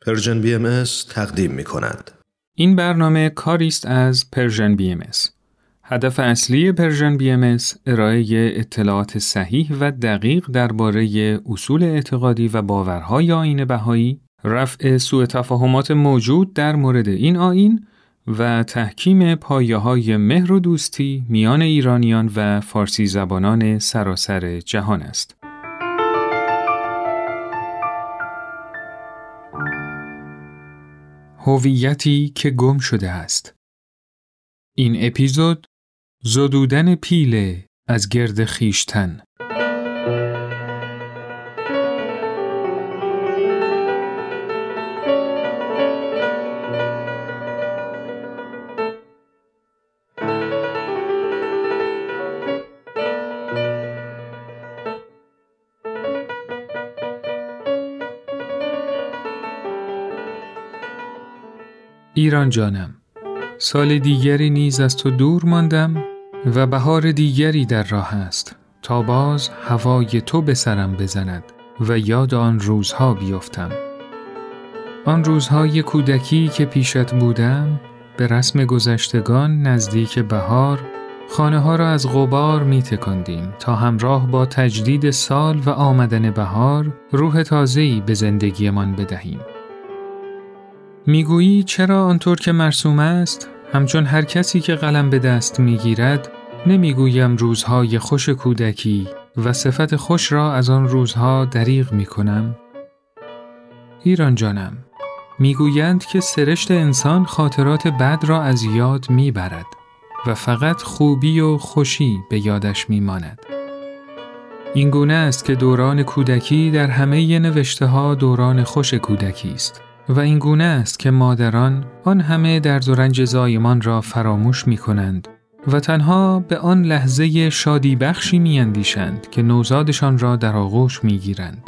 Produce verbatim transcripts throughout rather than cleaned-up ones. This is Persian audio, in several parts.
پرژن بی ام اس تقدیم می کند. این برنامه کاری است از پرژن بی ام اس. هدف اصلی پرژن بی ام اس ارائه اطلاعات صحیح و دقیق درباره اصول اعتقادی و باورهای آیین بهایی، رفع سوء تفاهمات موجود در مورد این آیین و تحکیم پایه‌های مهر و دوستی میان ایرانیان و فارسی زبانان سراسر جهان است. هویتی که گم شده است. این اپیزود زدودن پیله از گرد خویشتن. ایران جانم، سال دیگری نیز از تو دور ماندم و بهار دیگری در راه است تا باز هوای تو به سرم بزند و یاد آن روزها بیفتم. آن روزهای کودکی که پیشت بودم، به رسم گذشتگان نزدیک بهار خانه ها را از غبار می تکاندیم تا همراه با تجدید سال و آمدن بهار روح تازه‌ای به زندگیمان بدهیم. میگویی چرا آنطور که مرسوم است، همچون هر کسی که قلم به دست میگیرد، نمیگویم روزهای خوش کودکی و صفت خوش را از آن روزها دریغ میکنم؟ ایران جانم، میگویند که سرشت انسان خاطرات بد را از یاد میبرد و فقط خوبی و خوشی به یادش میماند. این گونه است که دوران کودکی در همه نوشته ها دوران خوش کودکی است. و این گونه است که مادران آن همه درد و رنج زایمان را فراموش می کنند و تنها به آن لحظه شادی بخشی می اندیشند که نوزادشان را در آغوش می گیرند.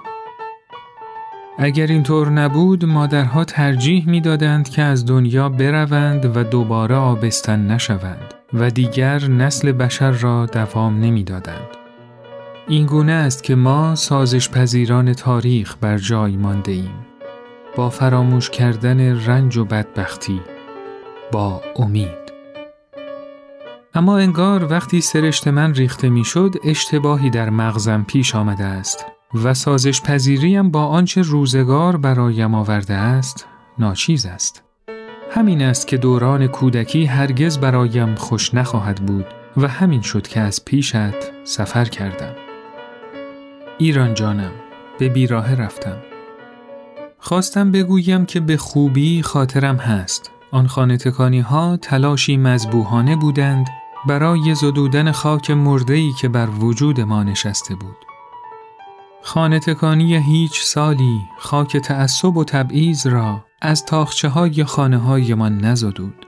اگر اینطور نبود، مادرها ترجیح می دادند که از دنیا بروند و دوباره آبستن نشوند و دیگر نسل بشر را دوام نمی دادند. این گونه است که ما سازش پذیران تاریخ بر جای مانده ایم. با فراموش کردن رنج و بدبختی، با امید. اما انگار وقتی سرشت من ریخته می شد، اشتباهی در مغزم پیش آمده است و سازش پذیریم با آنچه روزگار برایم آورده است ناچیز است. همین است که دوران کودکی هرگز برایم خوش نخواهد بود و همین شد که از پیشت سفر کردم. ایران جانم، به بیراه رفتم. خواستم بگویم که به خوبی خاطرم هست. آن خانه تکانی ها تلاشی مذبوحانه بودند برای زدودن خاک مرده‌ای که بر وجود ما نشسته بود. خانه تکانی هیچ سالی خاک تعصب و تبعیض را از تاخچه های خانه های من نزدود.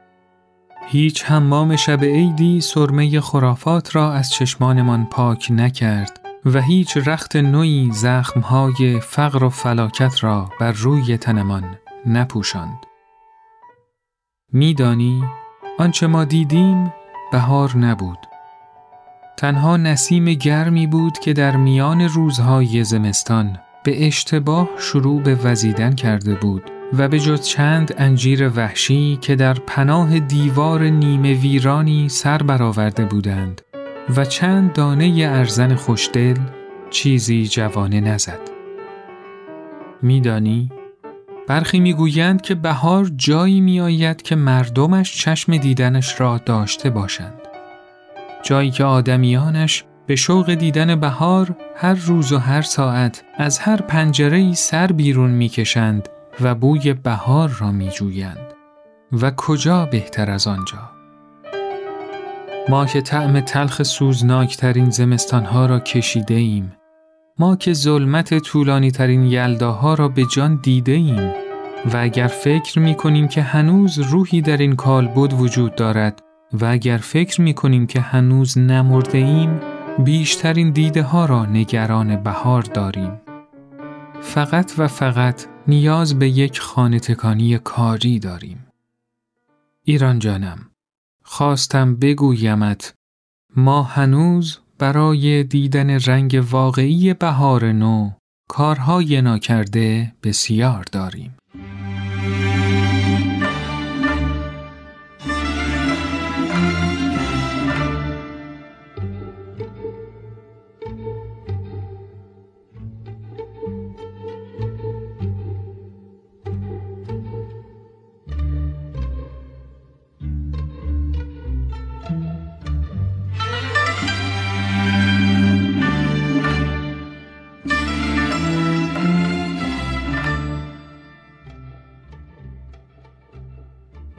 هیچ حمام شب عیدی سرمه خرافات را از چشمانمان پاک نکرد و هیچ رخت نوعی زخمهای فقر و فلاکت را بر روی تنمان نپوشاند. میدانی آنچه ما دیدیم بهار نبود. تنها نسیم گرمی بود که در میان روزهای زمستان به اشتباه شروع به وزیدن کرده بود و به جز چند انجیر وحشی که در پناه دیوار نیمه ویرانی سر برآورده بودند و چند دانه ارزن خوشدل، چیزی جوانه نزد. میدانی؟ برخی میگویند که بهار جایی میآید که مردمش چشم دیدنش را داشته باشند. جایی که آدمیانش به شوق دیدن بهار هر روز و هر ساعت از هر پنجره‌ای سر بیرون میکشند و بوی بهار را میجویند. و کجا بهتر از آنجا؟ ما که طعم تلخ سوزناکترین زمستانها را کشیده ایم، ما که ظلمت طولانی ترین یلداها را به جان دیده ایم و اگر فکر می کنیم که هنوز روحی در این کالبد وجود دارد و اگر فکر می کنیم که هنوز نمرده ایم، بیشترین دیده ها را نگران بهار داریم. فقط و فقط نیاز به یک خانه تکانی کاری داریم. ایران جانم، خواستم بگویمت ما هنوز برای دیدن رنگ واقعی بهار نو کارهای ناکرده بسیار داریم.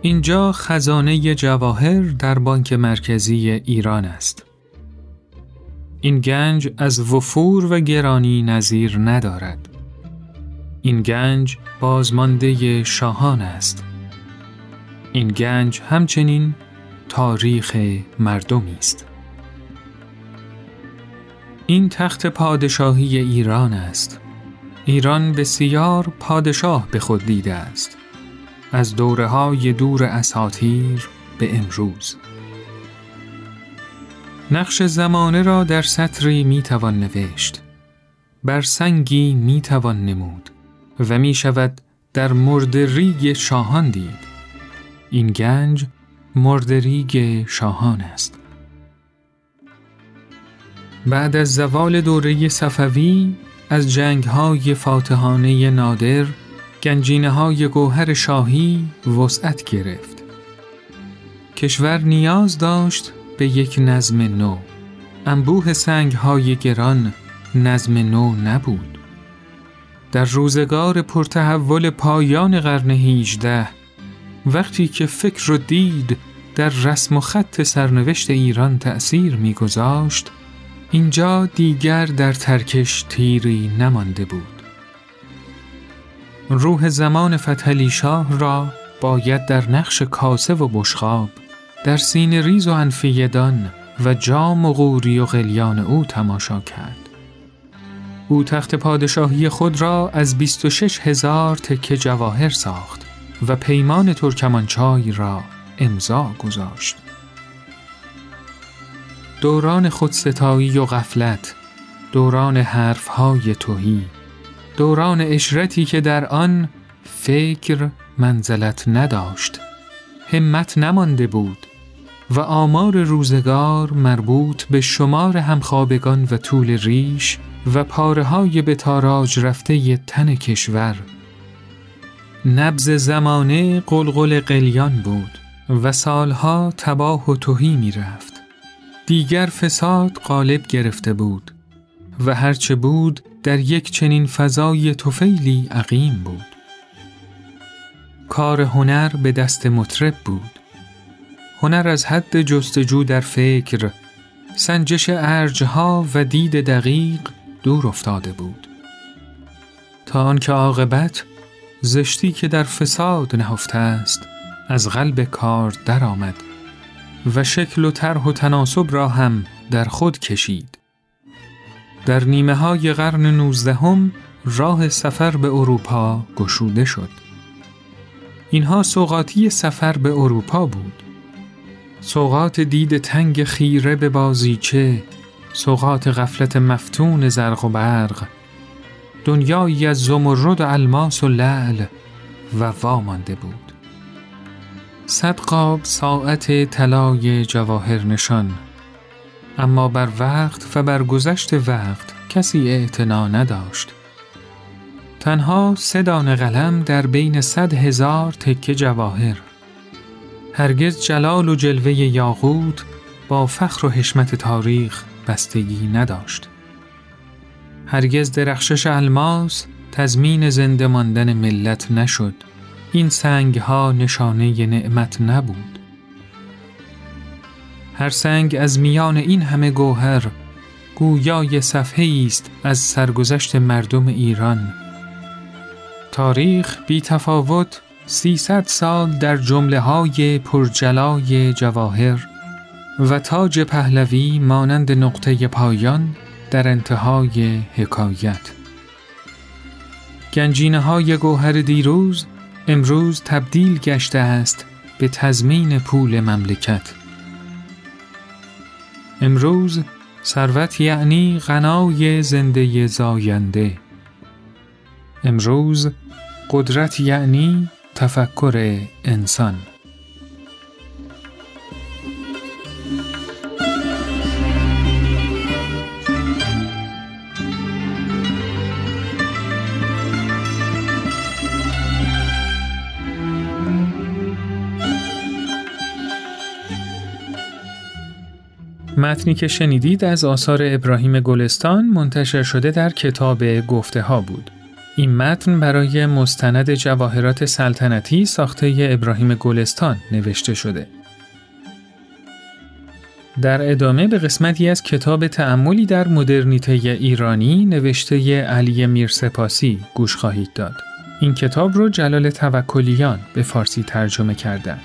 اینجا خزانه جواهر در بانک مرکزی ایران است. این گنج از وفور و گرانی نظیر ندارد. این گنج بازمانده شاهان است. این گنج همچنین تاریخ مردمی است. این تخت پادشاهی ایران است. ایران بسیار پادشاه به خود دیده است. از دوره‌های دور اساطیر به امروز. نقش زمانه را در سطری میتوان نوشت. بر سنگی میتوان نمود و میشود در مردریگ شاهان دید. این گنج مردریگ شاهان است. بعد از زوال دوره صفوی از جنگ‌های فاتحانه نادر گنجینه‌های گوهر شاهی وسعت گرفت. کشور نیاز داشت به یک نظم نو. انبوه سنگ‌های گران نظم نو نبود. در روزگار پرتحول پایان قرن هجدهم، وقتی که فکر و دید در رسم و خط سرنوشت ایران تأثیر می‌گذاشت، اینجا دیگر در ترکش تیری نمانده بود. روح زمان فتحعلی شاه را باید در نقش کاسه و بشخاب، در سینه ریز و انفیدان و جام و قوری و قلیان او تماشا کرد. او تخت پادشاهی خود را از بیست و شش هزار تکه جواهر ساخت و پیمان ترکمانچای را امضا گذاشت. دوران خودستایی و غفلت، دوران حرفهای تهی، دوران عشرتی که در آن فکر منزلت نداشت، همت نمانده بود و آمار روزگار مربوط به شمار همخوابگان و طول ریش و پاره‌های به تاراج رفته تن کشور. نبض زمانه قلقل قلیان بود و سالها تباه و تهی می رفت. دیگر فساد غالب گرفته بود و هرچه بود در یک چنین فضای طفیلی عقیم بود. کار هنر به دست مطرب بود. هنر از حد جستجو در فکر، سنجش ارجها و دید دقیق دور افتاده بود. تا آنکه عاقبت زشتی که در فساد نهفته است از قلب کار درآمد و شکل و طرح و تناسب را هم در خود کشید. در نیمه های قرن نوزدهم راه سفر به اروپا گشوده شد. اینها سوغاتی سفر به اروپا بود. سوغات دید تنگ خیره به بازیچه، سوغات غفلت مفتون زرق و برق، دنیایی از زمرد و الماس و لعل و وامانده بود. صد قاب ساعت طلای جواهر نشان، اما بر وقت و بر گذشت وقت کسی اعتنا نداشت. تنها سه دانه قلم در بین صد هزار تکه جواهر. هرگز جلال و جلوه یاقوت با فخر و حشمت تاریخ بستگی نداشت. هرگز درخشش الماس تضمین زنده ماندن ملت نشد. این سنگها نشانه نعمت نبود. هر سنگ از میان این همه گوهر گویای صفحه‌ای است از سرگذشت مردم ایران. تاریخ بی تفاوت سیصد سال در جمله‌های پرجلای جواهر و تاج پهلوی مانند نقطه پایان در انتهای حکایت. گنجینه‌های گوهر دیروز امروز تبدیل گشته است به تضمین پول مملکت. امروز ثروت یعنی غنای زنده زاینده. امروز قدرت یعنی تفکر انسان. متنی که شنیدید از آثار ابراهیم گلستان منتشر شده در کتاب گفته ها بود. این متن برای مستند جواهرات سلطنتی ساخته ابراهیم گلستان نوشته شده. در ادامه به قسمتی از کتاب تأملی در مدرنیته ایرانی نوشته علی میرسپاسی گوش خواهید داد. این کتاب رو جلال توکلیان به فارسی ترجمه کردن.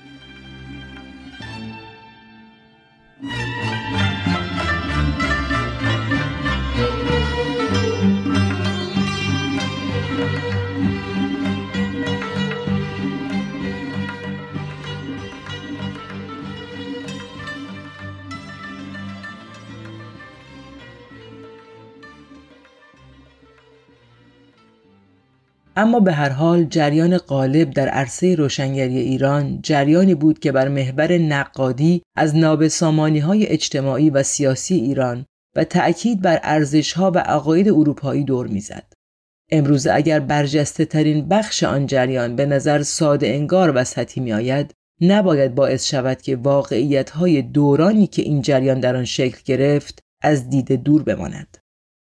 اما به هر حال جریان غالب در عرصه روشنگری ایران جریانی بود که بر محور نقادی از نابسامانی‌های اجتماعی و سیاسی ایران و تأکید بر ارزش‌ها و عقاید اروپایی دور می‌زد. امروز اگر برجسته ترین بخش آن جریان به نظر ساده انگار و سطحی می‌آید، نباید باعث شود که واقعیت‌های دورانی که این جریان در آن شکل گرفت از دید دور بماند.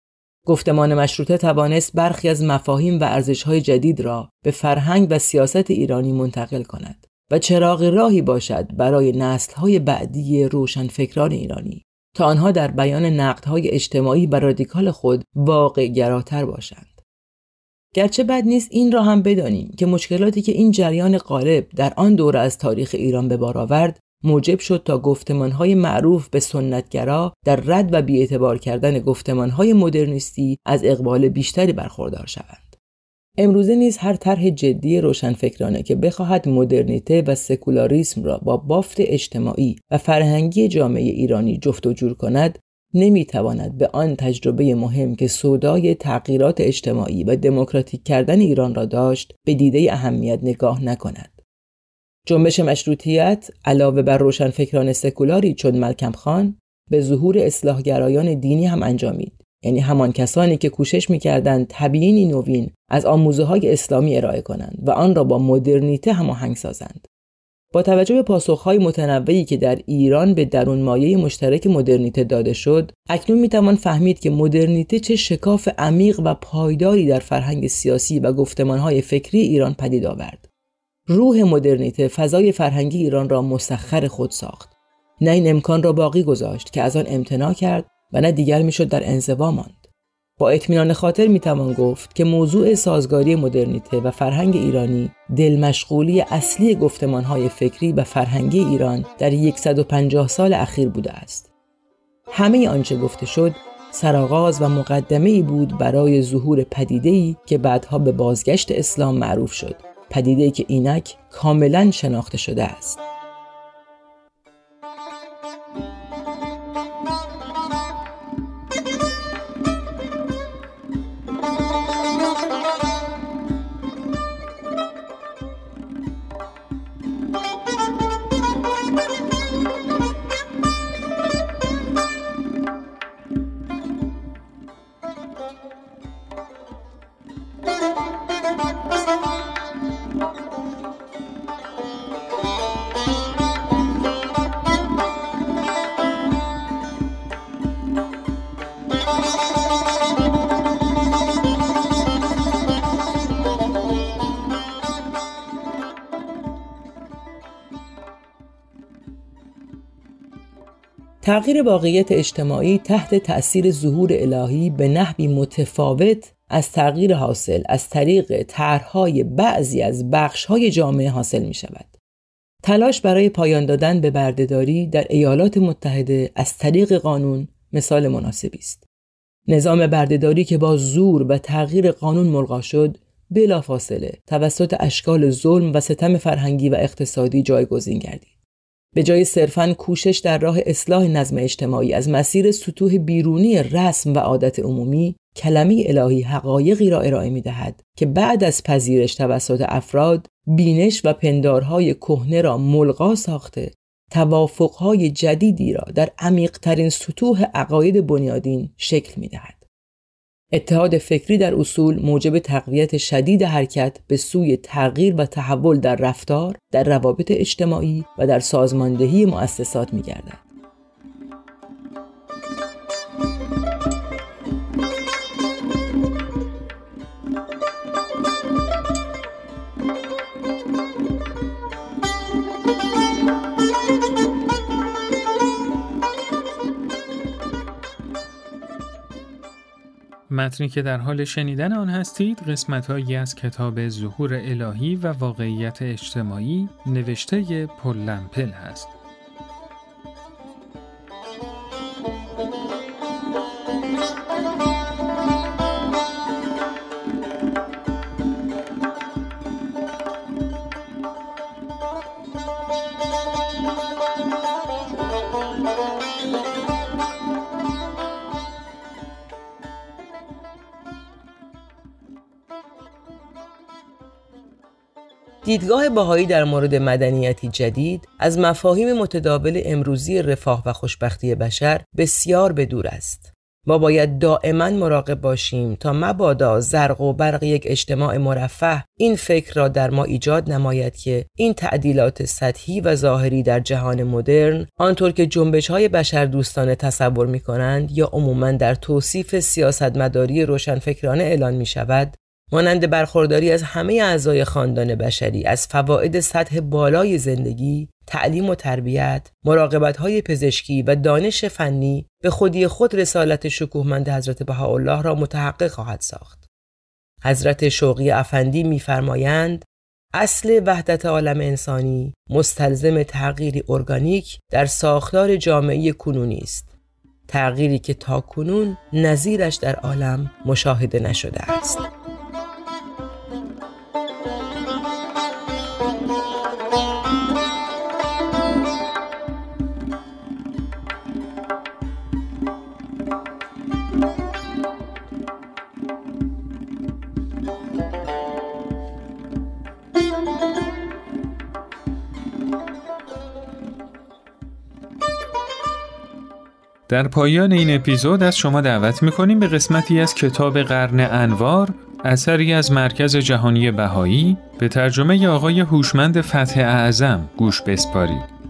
گفتمان مشروطه توانست برخی از مفاهیم و ارزش‌های جدید را به فرهنگ و سیاست ایرانی منتقل کند و چراغ راهی باشد برای نسل‌های بعدی روشنفکران ایرانی تا آنها در بیان نقدهای اجتماعی و رادیکال خود واقع‌گراتر باشند. گرچه بد نیست این را هم بدانیم که مشکلاتی که این جریان غالب در آن دوره از تاریخ ایران به بار آورد موجب شد تا گفتمان‌های معروف به سنتگرا در رد و بی‌اعتبار کردن گفتمان‌های مدرنیستی از اقبال بیشتری برخوردار شوند. امروزه نیز هر طرح جدی روشنفکرانه که بخواهد مدرنیته و سکولاریسم را با بافت اجتماعی و فرهنگی جامعه ایرانی جفت و جور کند، نمی‌تواند به آن تجربه مهم که سودای تغییرات اجتماعی و دموکراتیک کردن ایران را داشت به دیده اهمیت نگاه نکند. جنبش مشروطیت علاوه بر روشنفکران سکولاری چون ملکم خان به ظهور اصلاحگرایان دینی هم انجامید، یعنی همان کسانی که کوشش می‌کردند تبیینی نوین از آموزه‌های اسلامی ارائه کنند و آن را با مدرنیته هماهنگ سازند. با توجه به پاسخ‌های متنوعی که در ایران به درون مایه مشترک مدرنیته داده شد، اکنون می‌توان فهمید که مدرنیته چه شکاف عمیق و پایداری در فرهنگ سیاسی و گفتمان‌های فکری ایران پدید آورد. روح مدرنیته فضای فرهنگی ایران را مسخر خود ساخت. نه این امکان را باقی گذاشت که از آن امتناع کرد و نه دیگر میشد در انزوا ماند. با اطمینان خاطر میتوان گفت که موضوع سازگاری مدرنیته و فرهنگ ایرانی دلمشغولی اصلی گفتمان‌های فکری و فرهنگی ایران در صد و پنجاه سال اخیر بوده است. همه آنچه گفته شد سرآغاز و مقدمه‌ای بود برای ظهور پدیده‌ای که بعدها به بازگشت اسلام معروف شد. پدیده‌ای که اینک کاملاً شناخته شده است. تغییر واقعیت اجتماعی تحت تأثیر ظهور الهی به نحوی متفاوت از تغییر حاصل از طریق طرح‌های بعضی از بخش‌های جامعه حاصل می‌شود. تلاش برای پایان دادن به بردهداری در ایالات متحده از طریق قانون مثال مناسبی است. نظام بردهداری که با زور و تغییر قانون ملغا شد، بلافاصله توسط اشکال ظلم و ستم فرهنگی و اقتصادی جایگزین گردید. به جای صرفاً کوشش در راه اصلاح نظم اجتماعی از مسیر سطوح بیرونی رسم و عادت عمومی، کلمه الهی حقایقی را ارائه می‌دهد که بعد از پذیرش توسط افراد، بینش و پندارهای کهنه را ملغا ساخته، توافقهای جدیدی را در عمیق‌ترین سطوح عقاید بنیادین شکل می‌دهد. اتحاد فکری در اصول موجب تقویت شدید حرکت به سوی تغییر و تحول در رفتار، در روابط اجتماعی و در سازماندهی مؤسسات می‌گردد. متنی که در حال شنیدن آن هستید قسمت‌هایی از کتاب ظهور الهی و واقعیت اجتماعی نوشته پل لمپل هست. دیدگاه بهایی در مورد مدنیتی جدید از مفاهیم متداول امروزی رفاه و خوشبختی بشر بسیار بدور است. ما باید دائما مراقب باشیم تا مبادا زرق و برق یک اجتماع مرفه این فکر را در ما ایجاد نماید که این تعدیلات سطحی و ظاهری در جهان مدرن آنطور که جنبش‌های بشر دوستانه تصور می‌کنند یا عموماً در توصیف سیاستمداری روشنفکرانه اعلان می‌شود، مانند برخورداری از همه اعضای خاندان بشری از فواید سطح بالای زندگی، تعلیم و تربیت، مراقبت‌های پزشکی و دانش فنی به خودی خود رسالت شکوهمند حضرت بهاءالله را متحقق خواهد ساخت. حضرت شوقی افندی می‌فرمایند اصل وحدت عالم انسانی مستلزم تغییری ارگانیک در ساختار جامعه کنونی است، تغییری که تاکنون نظیرش در عالم مشاهده نشده است. در پایان این اپیزود از شما دعوت می‌کنیم به قسمتی از کتاب قرن انوار، اثری از مرکز جهانی بهایی به ترجمه آقای هوشمند فتح اعظم گوش بسپارید.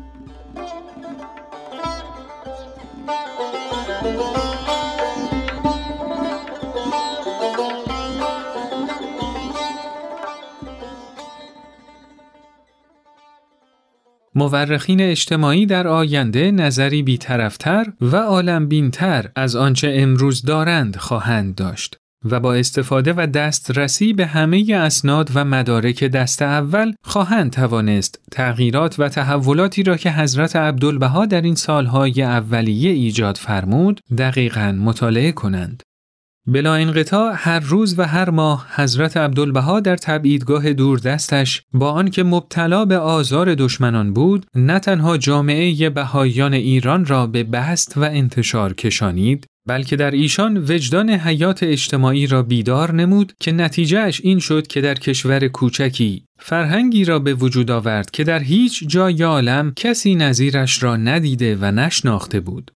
مورخین اجتماعی در آینده نظری بی‌طرف‌تر و عالم‌بین‌تر از آنچه امروز دارند خواهند داشت و با استفاده و دسترسی به همه اسناد و مدارک دست اول خواهند توانست تغییرات و تحولاتی را که حضرت عبدالبها در این سالهای اولیه ایجاد فرمود دقیقاً مطالعه کنند. بلا انقطاع هر روز و هر ماه حضرت عبدالبها در تبعیدگاه دوردستش با آنکه مبتلا به آزار دشمنان بود، نه تنها جامعه بهاییان ایران را به بسط و انتشار کشانید، بلکه در ایشان وجدان حیات اجتماعی را بیدار نمود که نتیجهش این شد که در کشور کوچکی فرهنگی را به وجود آورد که در هیچ جای عالم کسی نظیرش را ندیده و نشناخته بود.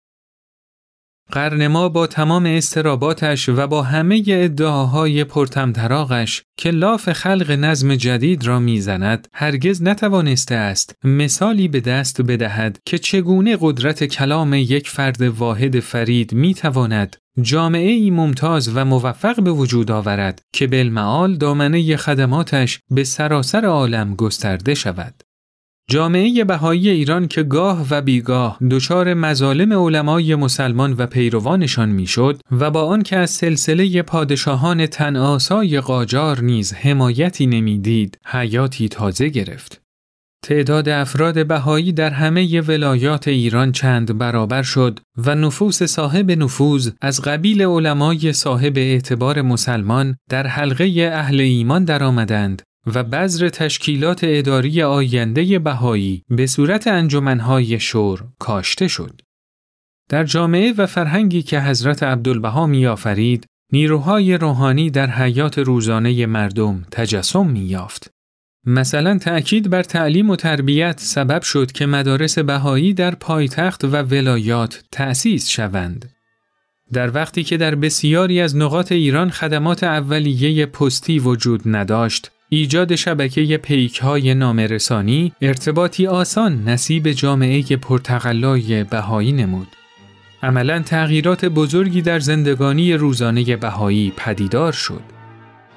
قرن ما با تمام استراباتش و با همه ادعاهای پرطمطراقش که لاف خلق نظم جدید را میزند هرگز نتوانسته است مثالی به دست بدهد که چگونه قدرت کلام یک فرد واحد فرید میتواند جامعه‌ای ممتاز و موفق به وجود آورد که بالمعال دامنه خدماتش به سراسر عالم گسترده شود. جامعه بهایی ایران که گاه و بیگاه دچار مظالم علمای مسلمان و پیروانشان میشد و با آن که از سلسله پادشاهان تن‌آسای قاجار نیز حمایتی نمیدید، حیاتی تازه گرفت. تعداد افراد بهایی در همه ولایات ایران چند برابر شد و نفوس صاحب نفوذ از قبیل علمای صاحب اعتبار مسلمان در حلقه اهل ایمان درآمدند و بذر تشکیلات اداری آینده بهایی به صورت انجمنهای شور کاشته شد. در جامعه و فرهنگی که حضرت عبدالبها می‌آفرید، نیروهای روحانی در حیات روزانه مردم تجسم می‌یافت. مثلا تأکید بر تعلیم و تربیت سبب شد که مدارس بهایی در پایتخت و ولایات تأسیس شوند. در وقتی که در بسیاری از نقاط ایران خدمات اولیه پستی وجود نداشت، ایجاد شبکه پیک‌های نامه‌رسانی ارتباطی آسان نصیب جامعه پرتقلای بهایی نمود. عملاً تغییرات بزرگی در زندگانی روزانه بهایی پدیدار شد.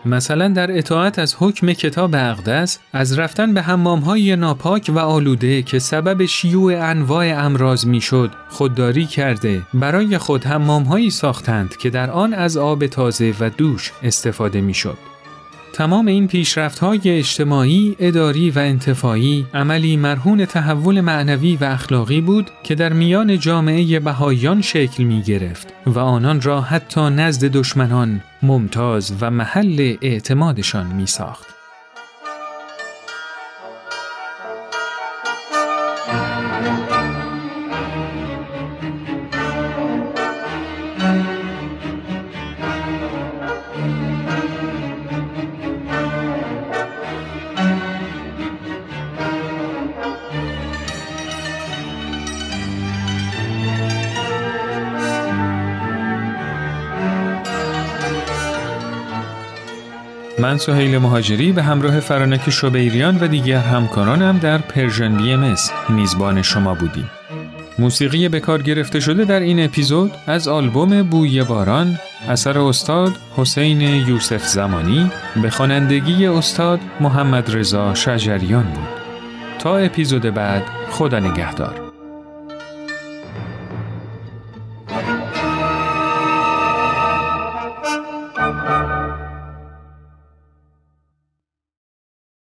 مثلا در اطاعت از حکم کتاب اقدس، از رفتن به حمام‌های ناپاک و آلوده که سبب شیوع انواع امراض میشد، خودداری کرده برای خود حمام‌هایی ساختند که در آن از آب تازه و دوش استفاده میشد. تمام این پیشرفت‌های اجتماعی، اداری و انتفاعی عملی مرهون تحول معنوی و اخلاقی بود که در میان جامعه بهائیان شکل می‌گرفت و آنان را حتی نزد دشمنان ممتاز و محل اعتمادشان می‌ساخت. من سهیل مهاجری به همراه فرانک شبیریان و دیگر همکارانم در پرژن بی ام اس میزبان شما بودیم. موسیقی به کار گرفته شده در این اپیزود از آلبوم بوی باران اثر استاد حسین یوسف زمانی به خوانندگی استاد محمد رضا شجریان بود. تا اپیزود بعد، خدا نگهدار.